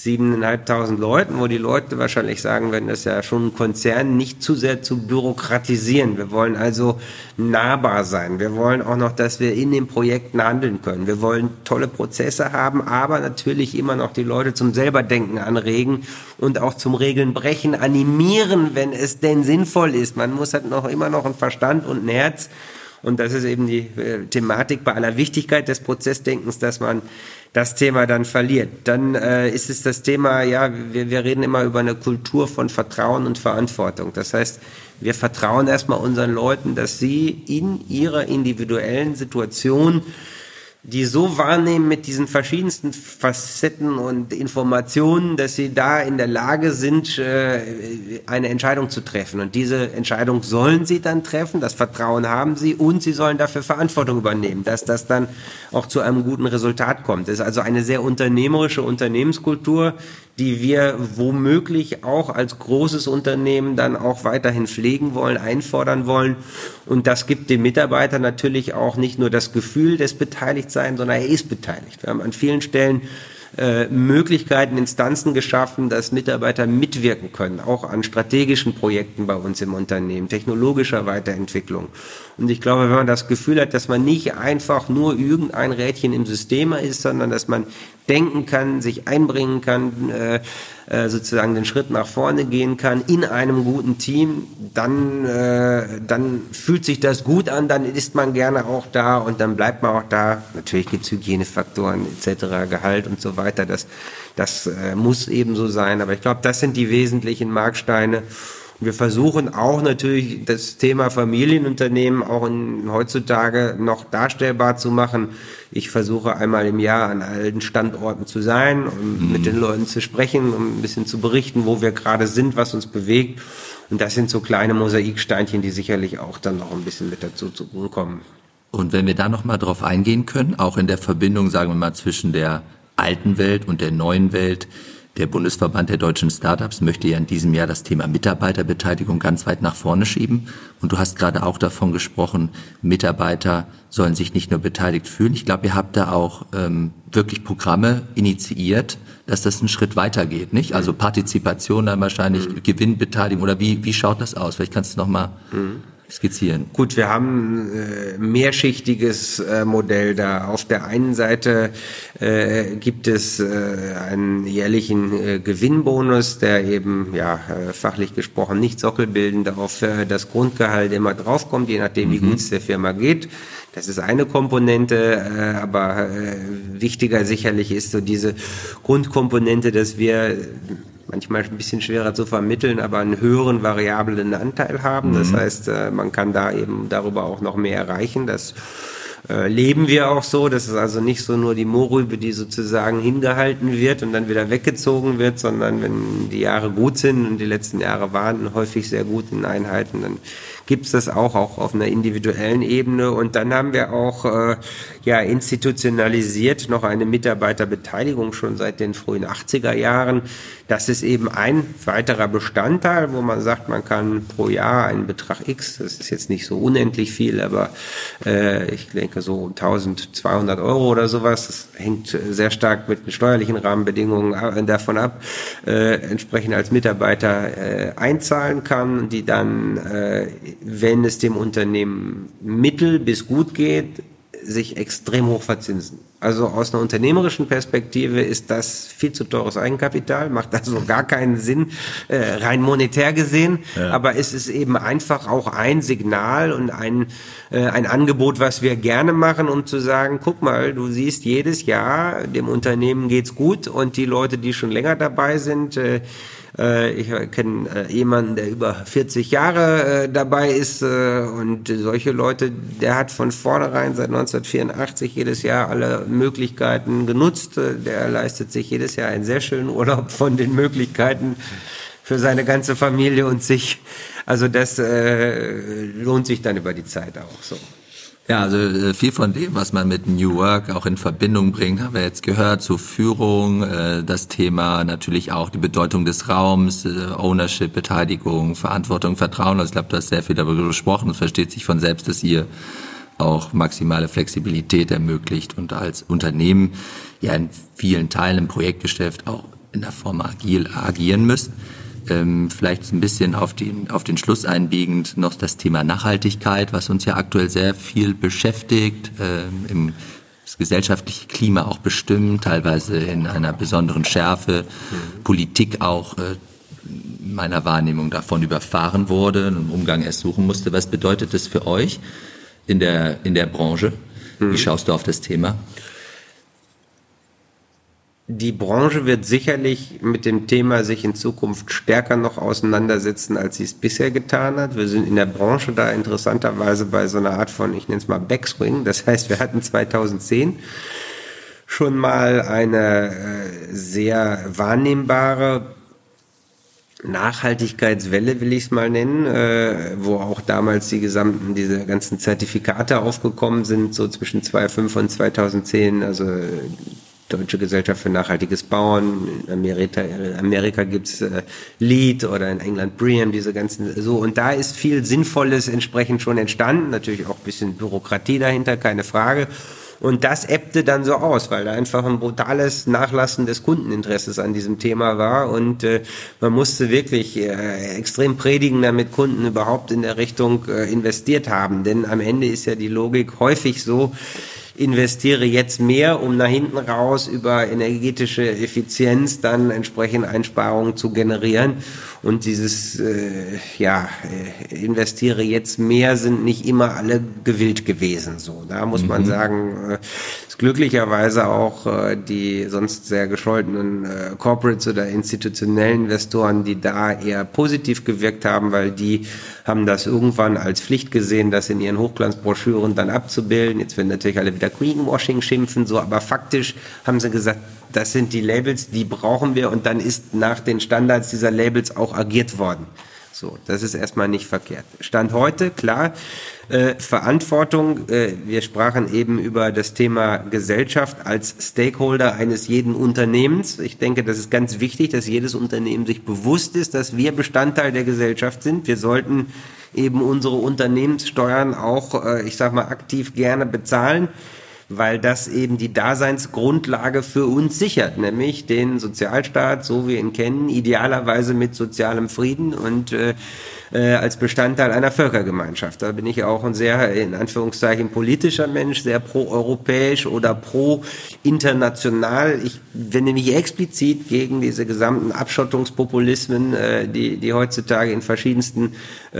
7.500 Leuten, wo die Leute wahrscheinlich sagen werden, das ist ja schon ein Konzern, nicht zu sehr zu bürokratisieren. Wir wollen also nahbar sein. Wir wollen auch noch, dass wir in den Projekten handeln können. Wir wollen tolle Prozesse haben, aber natürlich immer noch die Leute zum Selberdenken anregen und auch zum Regelnbrechen animieren, wenn es denn sinnvoll ist. Man muss halt immer noch einen Verstand und ein Herz. Und das ist eben die Thematik bei aller Wichtigkeit des Prozessdenkens, dass man das Thema dann verliert. Dann ist es das Thema, wir reden immer über eine Kultur von Vertrauen und Verantwortung. Das heißt, wir vertrauen erstmal unseren Leuten, dass sie in ihrer individuellen Situation die so wahrnehmen mit diesen verschiedensten Facetten und Informationen, dass sie da in der Lage sind, eine Entscheidung zu treffen. Und diese Entscheidung sollen sie dann treffen, das Vertrauen haben sie, und sie sollen dafür Verantwortung übernehmen, dass das dann auch zu einem guten Resultat kommt. Das ist also eine sehr unternehmerische Unternehmenskultur, die wir womöglich auch als großes Unternehmen dann auch weiterhin pflegen wollen, einfordern wollen. Und das gibt dem Mitarbeiter natürlich auch nicht nur das Gefühl des Beteiligtseins, sondern er ist beteiligt. Wir haben an vielen Stellen Möglichkeiten, Instanzen geschaffen, dass Mitarbeiter mitwirken können, auch an strategischen Projekten bei uns im Unternehmen, technologischer Weiterentwicklung. Und ich glaube, wenn man das Gefühl hat, dass man nicht einfach nur irgendein Rädchen im System ist, sondern dass man denken kann, sich einbringen kann, sozusagen den Schritt nach vorne gehen kann in einem guten Team, dann fühlt sich das gut an, dann ist man gerne auch da und dann bleibt man auch da. Natürlich gibt es Hygienefaktoren etc., Gehalt und so weiter, das muss eben so sein, aber ich glaube, das sind die wesentlichen Marksteine. Wir versuchen auch natürlich das Thema Familienunternehmen auch heutzutage noch darstellbar zu machen. Ich versuche einmal im Jahr an allen Standorten zu sein, um mit den Leuten zu sprechen, um ein bisschen zu berichten, wo wir gerade sind, was uns bewegt. Und das sind so kleine Mosaiksteinchen, die sicherlich auch dann noch ein bisschen mit dazu zu kommen. Und wenn wir da noch mal drauf eingehen können, auch in der Verbindung, sagen wir mal, zwischen der alten Welt und der neuen Welt. Der Bundesverband der deutschen Startups möchte ja in diesem Jahr das Thema Mitarbeiterbeteiligung ganz weit nach vorne schieben. Und du hast gerade auch davon gesprochen, Mitarbeiter sollen sich nicht nur beteiligt fühlen. Ich glaube, ihr habt da auch wirklich Programme initiiert, dass das einen Schritt weiter geht, nicht? Also Partizipation dann wahrscheinlich, Gewinnbeteiligung oder wie schaut das aus? Vielleicht kannst du noch mal skizzieren. Gut, wir haben mehrschichtiges Modell da. Auf der einen Seite gibt es einen jährlichen Gewinnbonus, der eben fachlich gesprochen nicht sockelbildend auf das Grundgehalt immer draufkommt, je nachdem wie gut es der Firma geht. Das ist eine Komponente, aber wichtiger sicherlich ist so diese Grundkomponente, dass wir manchmal ein bisschen schwerer zu vermitteln, aber einen höheren variablen Anteil haben. Das heißt, man kann da eben darüber auch noch mehr erreichen. Das leben wir auch so. Das ist also nicht so nur die Mohrrübe, die sozusagen hingehalten wird und dann wieder weggezogen wird, sondern wenn die Jahre gut sind und die letzten Jahre waren häufig sehr gut in Einheiten, dann gibt es das auch auf einer individuellen Ebene. Und dann haben wir auch institutionalisiert noch eine Mitarbeiterbeteiligung schon seit den frühen 80er Jahren. Das ist eben ein weiterer Bestandteil, wo man sagt, man kann pro Jahr einen Betrag X, das ist jetzt nicht so unendlich viel, aber ich denke so 1.200 € oder sowas, das hängt sehr stark mit den steuerlichen Rahmenbedingungen davon ab, entsprechend als Mitarbeiter einzahlen kann, die dann, wenn es dem Unternehmen mittel bis gut geht, sich extrem hoch verzinsen. Also aus einer unternehmerischen Perspektive ist das viel zu teures Eigenkapital, macht also gar keinen Sinn, rein monetär gesehen. Ja. Aber es ist eben einfach auch ein Signal und ein Angebot, was wir gerne machen, um zu sagen, guck mal, du siehst jedes Jahr, dem Unternehmen geht's gut und die Leute, die schon länger dabei sind, ich kenne jemanden, der über 40 Jahre dabei ist und solche Leute, der hat von vornherein seit 1984 jedes Jahr alle Möglichkeiten genutzt. Der leistet sich jedes Jahr einen sehr schönen Urlaub von den Möglichkeiten für seine ganze Familie und sich. Also das lohnt sich dann über die Zeit auch so. Ja, also viel von dem, was man mit New Work auch in Verbindung bringt, haben wir jetzt gehört, zur Führung, das Thema natürlich auch die Bedeutung des Raums, Ownership, Beteiligung, Verantwortung, Vertrauen. Also ich glaube, du hast sehr viel darüber gesprochen. Es versteht sich von selbst, dass ihr auch maximale Flexibilität ermöglicht und als Unternehmen ja in vielen Teilen im Projektgeschäft auch in der Form agil agieren müsst. Vielleicht ein bisschen auf den Schluss einbiegend noch das Thema Nachhaltigkeit, was uns ja aktuell sehr viel beschäftigt, das gesellschaftliche Klima auch bestimmt, teilweise in einer besonderen Schärfe, Politik auch meiner Wahrnehmung davon überfahren wurde, einen Umgang erst suchen musste. Was bedeutet das für euch in der Branche? Wie schaust du auf das Thema? Die Branche wird sicherlich mit dem Thema sich in Zukunft stärker noch auseinandersetzen, als sie es bisher getan hat. Wir sind in der Branche da interessanterweise bei so einer Art von, ich nenne es mal Backswing. Das heißt, wir hatten 2010 schon mal eine sehr wahrnehmbare Nachhaltigkeitswelle, will ich es mal nennen, wo auch damals diese ganzen Zertifikate aufgekommen sind, so zwischen 2005 und 2010, also Deutsche Gesellschaft für nachhaltiges Bauen, in Amerika gibt's LEED oder in England BREEAM, diese ganzen, so, und da ist viel Sinnvolles entsprechend schon entstanden, natürlich auch ein bisschen Bürokratie dahinter, keine Frage. Und das ebbte dann so aus, weil da einfach ein brutales Nachlassen des Kundeninteresses an diesem Thema war und man musste wirklich extrem predigen, damit Kunden überhaupt in der Richtung investiert haben. Denn am Ende ist ja die Logik häufig so, investiere jetzt mehr, um nach hinten raus über energetische Effizienz dann entsprechend Einsparungen zu generieren. Und dieses investiere jetzt mehr sind nicht immer alle gewillt gewesen. So, da muss man sagen, ist glücklicherweise auch die sonst sehr gescholtenen Corporates oder institutionellen Investoren, die da eher positiv gewirkt haben, weil die haben das irgendwann als Pflicht gesehen, das in ihren Hochglanzbroschüren dann abzubilden. Jetzt werden natürlich alle wieder Greenwashing schimpfen, so, aber faktisch haben sie gesagt, das sind die Labels, die brauchen wir, und dann ist nach den Standards dieser Labels auch agiert worden. So, das ist erstmal nicht verkehrt. Stand heute, klar, Verantwortung, wir sprachen eben über das Thema Gesellschaft als Stakeholder eines jeden Unternehmens. Ich denke, das ist ganz wichtig, dass jedes Unternehmen sich bewusst ist, dass wir Bestandteil der Gesellschaft sind. Wir sollten eben unsere Unternehmenssteuern auch, aktiv gerne bezahlen, weil das eben die Daseinsgrundlage für uns sichert, nämlich den Sozialstaat, so wie wir ihn kennen, idealerweise mit sozialem Frieden und als Bestandteil einer Völkergemeinschaft. Da bin ich auch ein sehr, in Anführungszeichen, politischer Mensch, sehr pro-europäisch oder pro-international. Ich wende mich explizit gegen diese gesamten Abschottungspopulismen, die heutzutage in verschiedensten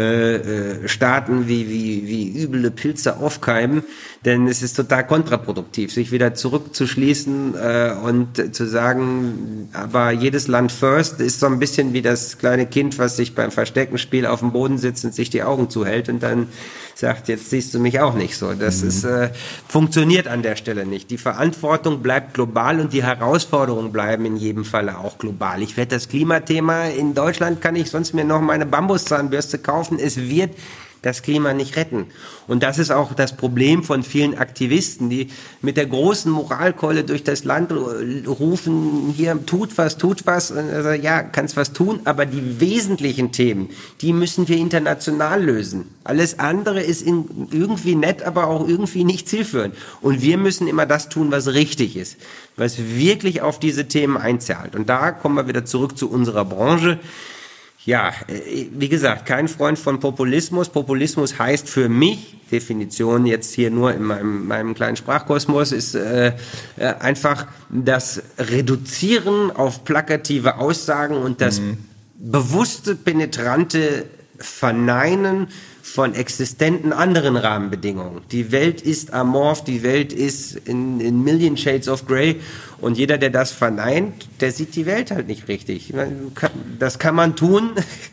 Staaten wie üble Pilze aufkeimen, denn es ist total kontraproduktiv, sich wieder zurückzuschließen und zu sagen, aber jedes Land first ist so ein bisschen wie das kleine Kind, was sich beim Versteckenspiel auf dem Boden sitzt und sich die Augen zuhält und dann sagt, jetzt siehst du mich auch nicht so. Das ist funktioniert an der Stelle nicht. Die Verantwortung bleibt global und die Herausforderungen bleiben in jedem Falle auch global. Ich werde das Klimathema, in Deutschland kann ich sonst mir noch meine Bambuszahnbürste kaufen, es wird das Klima nicht retten. Und das ist auch das Problem von vielen Aktivisten, die mit der großen Moralkeule durch das Land rufen, hier, tut was. Und ja, kannst was tun, aber die wesentlichen Themen, die müssen wir international lösen. Alles andere ist irgendwie nett, aber auch irgendwie nicht zielführend. Und wir müssen immer das tun, was richtig ist, was wirklich auf diese Themen einzahlt. Und da kommen wir wieder zurück zu unserer Branche. Ja, wie gesagt, kein Freund von Populismus. Populismus heißt für mich, Definition jetzt hier nur in meinem kleinen Sprachkosmos, ist einfach das Reduzieren auf plakative Aussagen und das bewusste, penetrante Verneinen von existenten anderen Rahmenbedingungen. Die Welt ist amorph, die Welt ist in Million Shades of Grey und jeder, der das verneint, der sieht die Welt halt nicht richtig. Das kann man tun.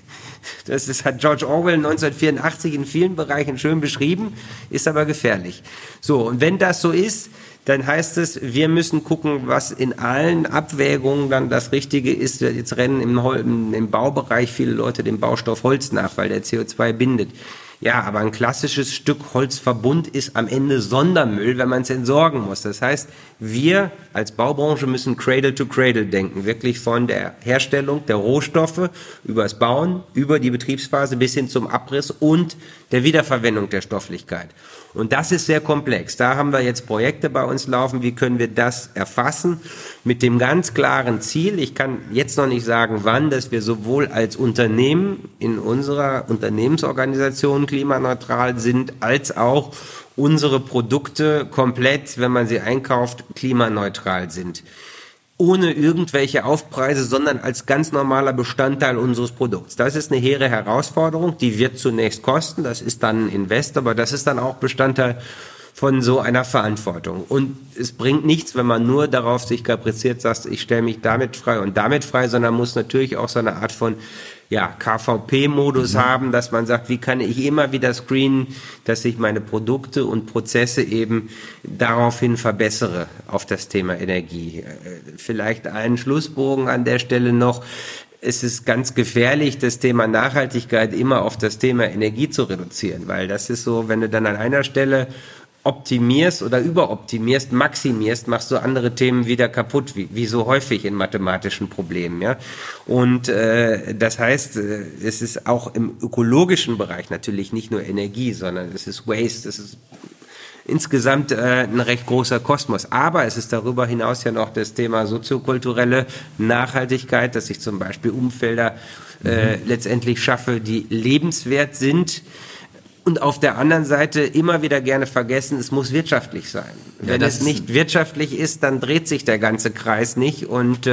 Hat George Orwell 1984 in vielen Bereichen schön beschrieben, ist aber gefährlich. So, und wenn das so ist, dann heißt es, wir müssen gucken, was in allen Abwägungen dann das Richtige ist. Jetzt rennen im Baubereich viele Leute dem Baustoff Holz nach, weil der CO2 bindet. Ja, aber ein klassisches Stück Holzverbund ist am Ende Sondermüll, wenn man es entsorgen muss. Das heißt, wir als Baubranche müssen Cradle to Cradle denken, wirklich von der Herstellung der Rohstoffe über das Bauen, über die Betriebsphase bis hin zum Abriss und der Wiederverwendung der Stofflichkeit. Und das ist sehr komplex. Da haben wir jetzt Projekte bei uns laufen. Wie können wir das erfassen? Mit dem ganz klaren Ziel, ich kann jetzt noch nicht sagen, wann, dass wir sowohl als Unternehmen in unserer Unternehmensorganisation klimaneutral sind, als auch unsere Produkte komplett, wenn man sie einkauft, klimaneutral sind. Ohne irgendwelche Aufpreise, sondern als ganz normaler Bestandteil unseres Produkts. Das ist eine hehre Herausforderung, die wird zunächst kosten, das ist dann ein Invest, aber das ist dann auch Bestandteil von so einer Verantwortung. Und es bringt nichts, wenn man nur darauf sich kapriziert, sagt, ich stelle mich damit frei, sondern muss natürlich auch so eine Art von KVP-Modus haben, dass man sagt, wie kann ich immer wieder screenen, dass ich meine Produkte und Prozesse eben daraufhin verbessere auf das Thema Energie. Vielleicht einen Schlussbogen an der Stelle noch. Es ist ganz gefährlich, das Thema Nachhaltigkeit immer auf das Thema Energie zu reduzieren, weil das ist so, wenn du dann an einer Stelle optimierst oder überoptimierst, maximierst, machst du andere Themen wieder kaputt, wie so häufig in mathematischen Problemen, ja. Und das heißt, es ist auch im ökologischen Bereich natürlich nicht nur Energie, sondern es ist Waste, es ist insgesamt ein recht großer Kosmos. Aber es ist darüber hinaus ja noch das Thema soziokulturelle Nachhaltigkeit, dass ich zum Beispiel Umfelder letztendlich schaffe, die lebenswert sind. Und auf der anderen Seite immer wieder gerne vergessen, es muss wirtschaftlich sein. Wenn es nicht wirtschaftlich ist, dann dreht sich der ganze Kreis nicht. Und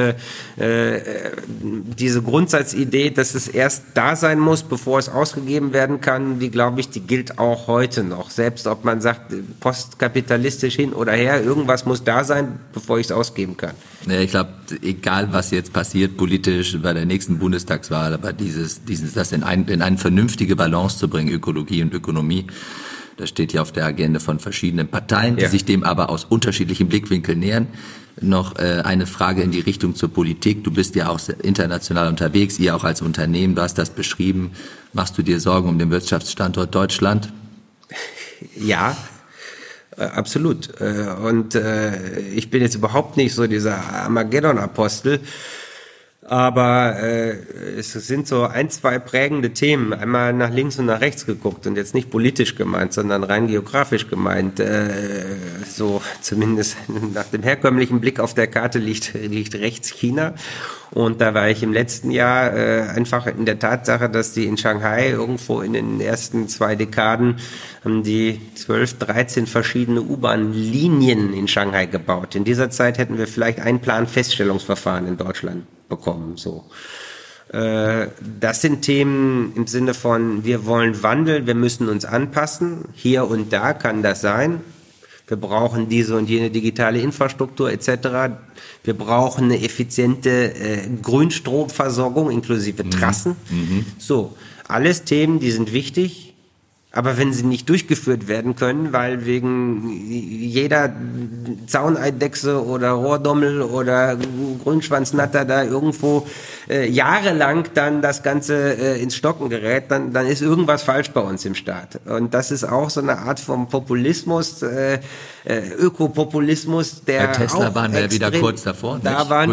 diese Grundsatzidee, dass es erst da sein muss, bevor es ausgegeben werden kann, die, glaube ich, die gilt auch heute noch. Selbst ob man sagt, postkapitalistisch hin oder her, irgendwas muss da sein, bevor ich es ausgeben kann. Ja, ich glaube, egal was jetzt passiert politisch bei der nächsten Bundestagswahl, aber das in eine vernünftige Balance zu bringen, Ökologie und Ökonomie, das steht ja auf der Agenda von verschiedenen Parteien, die sich dem aber aus unterschiedlichen Blickwinkeln nähern. Noch eine Frage in die Richtung zur Politik. Du bist ja auch international unterwegs, ihr auch als Unternehmen, du hast das beschrieben. Machst du dir Sorgen um den Wirtschaftsstandort Deutschland? Ja. Absolut. Und ich bin jetzt überhaupt nicht so dieser Armageddon-Apostel, aber es sind so 1, 2 prägende Themen, einmal nach links und nach rechts geguckt und jetzt nicht politisch gemeint, sondern rein geografisch gemeint. So zumindest nach dem herkömmlichen Blick auf der Karte liegt rechts China. Und da war ich im letzten Jahr einfach in der Tatsache, dass die in Shanghai irgendwo in den ersten 2 Dekaden haben die 12, 13 verschiedene U-Bahn-Linien in Shanghai gebaut. In dieser Zeit hätten wir vielleicht ein Planfeststellungsverfahren in Deutschland bekommen. So. Das sind Themen im Sinne von, wir wollen Wandel, wir müssen uns anpassen. Hier und da kann das sein. Wir brauchen diese und jene digitale Infrastruktur etc. Wir brauchen eine effiziente Grünstromversorgung inklusive Trassen. So, alles Themen, die sind wichtig. Aber wenn sie nicht durchgeführt werden können, weil wegen jeder Zauneidechse oder Rohrdommel oder Grünschwanznatter da irgendwo jahrelang dann das Ganze ins Stocken gerät, dann ist irgendwas falsch bei uns im Staat. Und das ist auch so eine Art von Populismus, Ökopopulismus, der bei Tesla auch waren wir wieder kurz davor. Da waren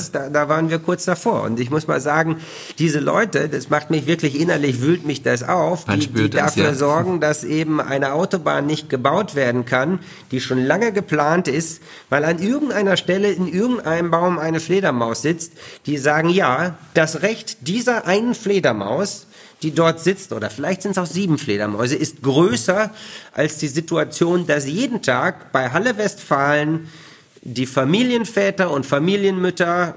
wir kurz davor. Und ich muss mal sagen, diese Leute, das macht mich wirklich innerlich, wühlt mich das auf, die dafür sorgen, dass eben eine Autobahn nicht gebaut werden kann, die schon lange geplant ist, weil an irgendeiner Stelle in irgendeinem Baum eine Fledermaus sitzt, die sagen, ja, das Recht dieser einen Fledermaus, die dort sitzt, oder vielleicht sind es auch 7 Fledermäuse, ist größer als die Situation, dass jeden Tag bei Halle Westfalen die Familienväter und Familienmütter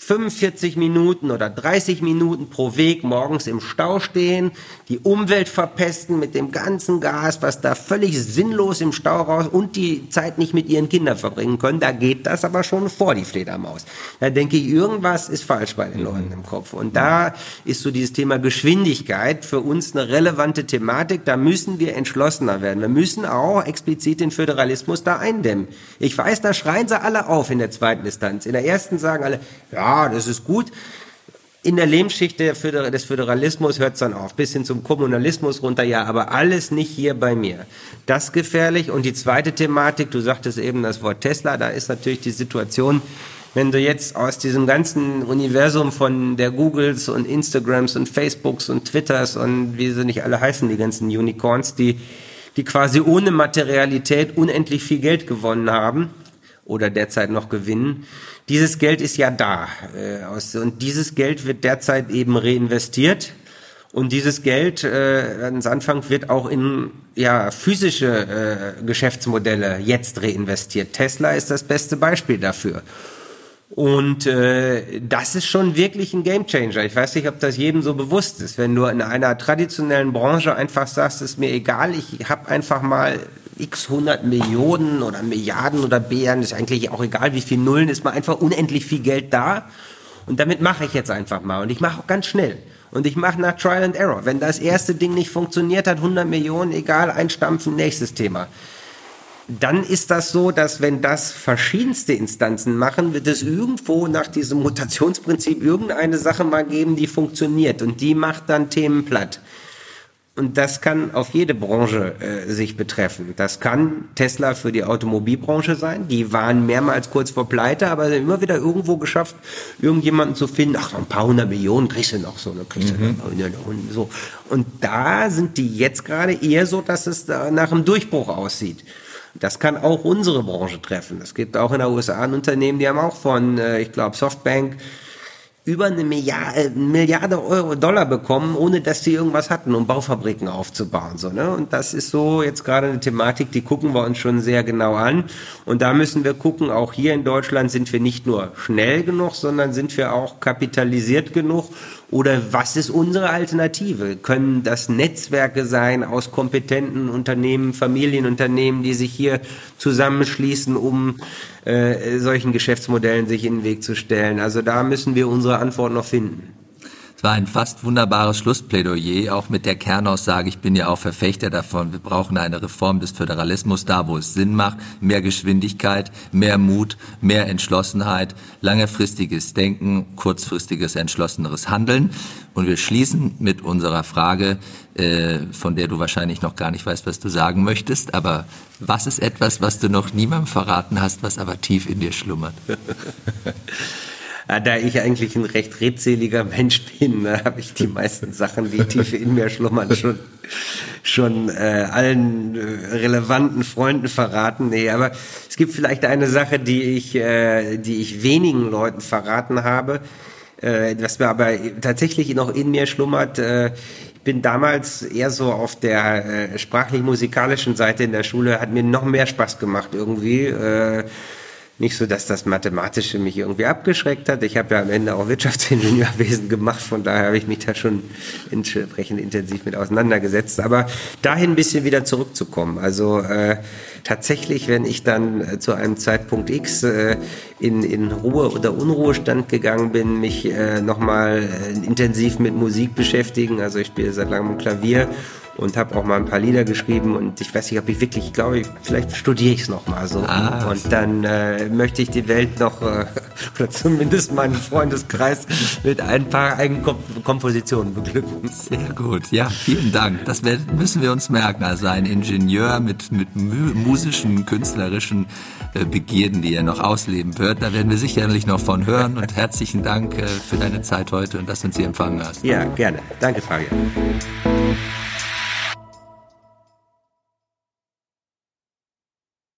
45 Minuten oder 30 Minuten pro Weg morgens im Stau stehen, die Umwelt verpesten mit dem ganzen Gas, was da völlig sinnlos im Stau raus und die Zeit nicht mit ihren Kindern verbringen können. Da geht das aber schon vor die Fledermaus. Da denke ich, irgendwas ist falsch bei den Leuten im Kopf. Und da ist so dieses Thema Geschwindigkeit für uns eine relevante Thematik. Da müssen wir entschlossener werden. Wir müssen auch explizit den Föderalismus da eindämmen. Ich weiß, da schreien sie alle auf in der zweiten Instanz. In der ersten sagen alle, ja, das ist gut. In der Lehmschicht des Föderalismus hört es dann auf, bis hin zum Kommunalismus runter, ja, aber alles nicht hier bei mir. Das ist gefährlich. Und die zweite Thematik, du sagtest eben das Wort Tesla, da ist natürlich die Situation, wenn du jetzt aus diesem ganzen Universum von der Googles und Instagrams und Facebooks und Twitters und wie sie nicht alle heißen, die ganzen Unicorns, die quasi ohne Materialität unendlich viel Geld gewonnen haben oder derzeit noch gewinnen, dieses Geld ist ja da und dieses Geld wird derzeit eben reinvestiert und dieses Geld, ganz Anfang, wird auch in physische Geschäftsmodelle jetzt reinvestiert. Tesla ist das beste Beispiel dafür. Und das ist schon wirklich ein Gamechanger. Ich weiß nicht, ob das jedem so bewusst ist. Wenn du in einer traditionellen Branche einfach sagst, ist mir egal, ich habe einfach mal x 100 Millionen oder Milliarden oder Bären, ist eigentlich auch egal, wie viel Nullen, ist mal einfach unendlich viel Geld da und damit mache ich jetzt einfach mal und ich mache auch ganz schnell und ich mache nach Trial and Error. Wenn das erste Ding nicht funktioniert hat, 100 Millionen, egal, einstampfen, nächstes Thema. Dann ist das so, dass wenn das verschiedenste Instanzen machen, wird es irgendwo nach diesem Mutationsprinzip irgendeine Sache mal geben, die funktioniert und die macht dann Themen platt. Und das kann auf jede Branche sich betreffen. Das kann Tesla für die Automobilbranche sein. Die waren mehrmals kurz vor Pleite, aber immer wieder irgendwo geschafft, irgendjemanden zu finden. Ach, so ein paar 100 Millionen kriegst du noch so. So. Und da sind die jetzt gerade eher so, dass es da nach einem Durchbruch aussieht. Das kann auch unsere Branche treffen. Es gibt auch in den USA ein Unternehmen, die haben auch von, ich glaube, Softbank über eine Milliarde Dollar bekommen, ohne dass die irgendwas hatten, um Baufabriken aufzubauen. So, ne? Und das ist so jetzt gerade eine Thematik, die gucken wir uns schon sehr genau an. Und da müssen wir gucken, auch hier in Deutschland sind wir nicht nur schnell genug, sondern sind wir auch kapitalisiert genug. Oder was ist unsere Alternative? Können das Netzwerke sein aus kompetenten Unternehmen, Familienunternehmen, die sich hier zusammenschließen, um solchen Geschäftsmodellen sich in den Weg zu stellen? Also da müssen wir unsere Antwort noch finden. Es war ein fast wunderbares Schlussplädoyer, auch mit der Kernaussage, ich bin ja auch Verfechter davon, wir brauchen eine Reform des Föderalismus, da wo es Sinn macht, mehr Geschwindigkeit, mehr Mut, mehr Entschlossenheit, längerfristiges Denken, kurzfristiges, entschlosseneres Handeln. Und wir schließen mit unserer Frage, von der du wahrscheinlich noch gar nicht weißt, was du sagen möchtest, aber was ist etwas, was du noch niemandem verraten hast, was aber tief in dir schlummert? Da ich eigentlich ein recht redseliger Mensch bin, habe ich die meisten Sachen, die tief in mir schlummern, schon allen relevanten Freunden verraten. Nee, aber es gibt vielleicht eine Sache, die ich wenigen Leuten verraten habe, was mir aber tatsächlich noch in mir schlummert. Ich bin damals eher so auf der sprachlich-musikalischen Seite in der Schule, hat mir noch mehr Spaß gemacht irgendwie. Nicht so, dass das Mathematische mich irgendwie abgeschreckt hat. Ich habe ja am Ende auch Wirtschaftsingenieurwesen gemacht, von daher habe ich mich da schon entsprechend intensiv mit auseinandergesetzt. Aber dahin ein bisschen wieder zurückzukommen. Also tatsächlich, wenn ich dann zu einem Zeitpunkt X in Ruhe oder Unruhestand gegangen bin, mich nochmal intensiv mit Musik beschäftigen. Also ich spiele seit langem Klavier und habe auch mal ein paar Lieder geschrieben und ich weiß nicht, ob ich wirklich, glaube ich, vielleicht studiere ich es nochmal so. Und dann möchte ich die Welt noch, oder zumindest meinen Freundeskreis, mit ein paar Eigenkompositionen beglücken. Sehr gut, ja, vielen Dank. Das müssen wir uns merken, also ein Ingenieur mit musischen, künstlerischen Begierden, die er noch ausleben wird. Da werden wir sicherlich noch von hören und herzlichen Dank für deine Zeit heute und dass du uns hier empfangen hast. Ja, gerne. Danke, Fabian.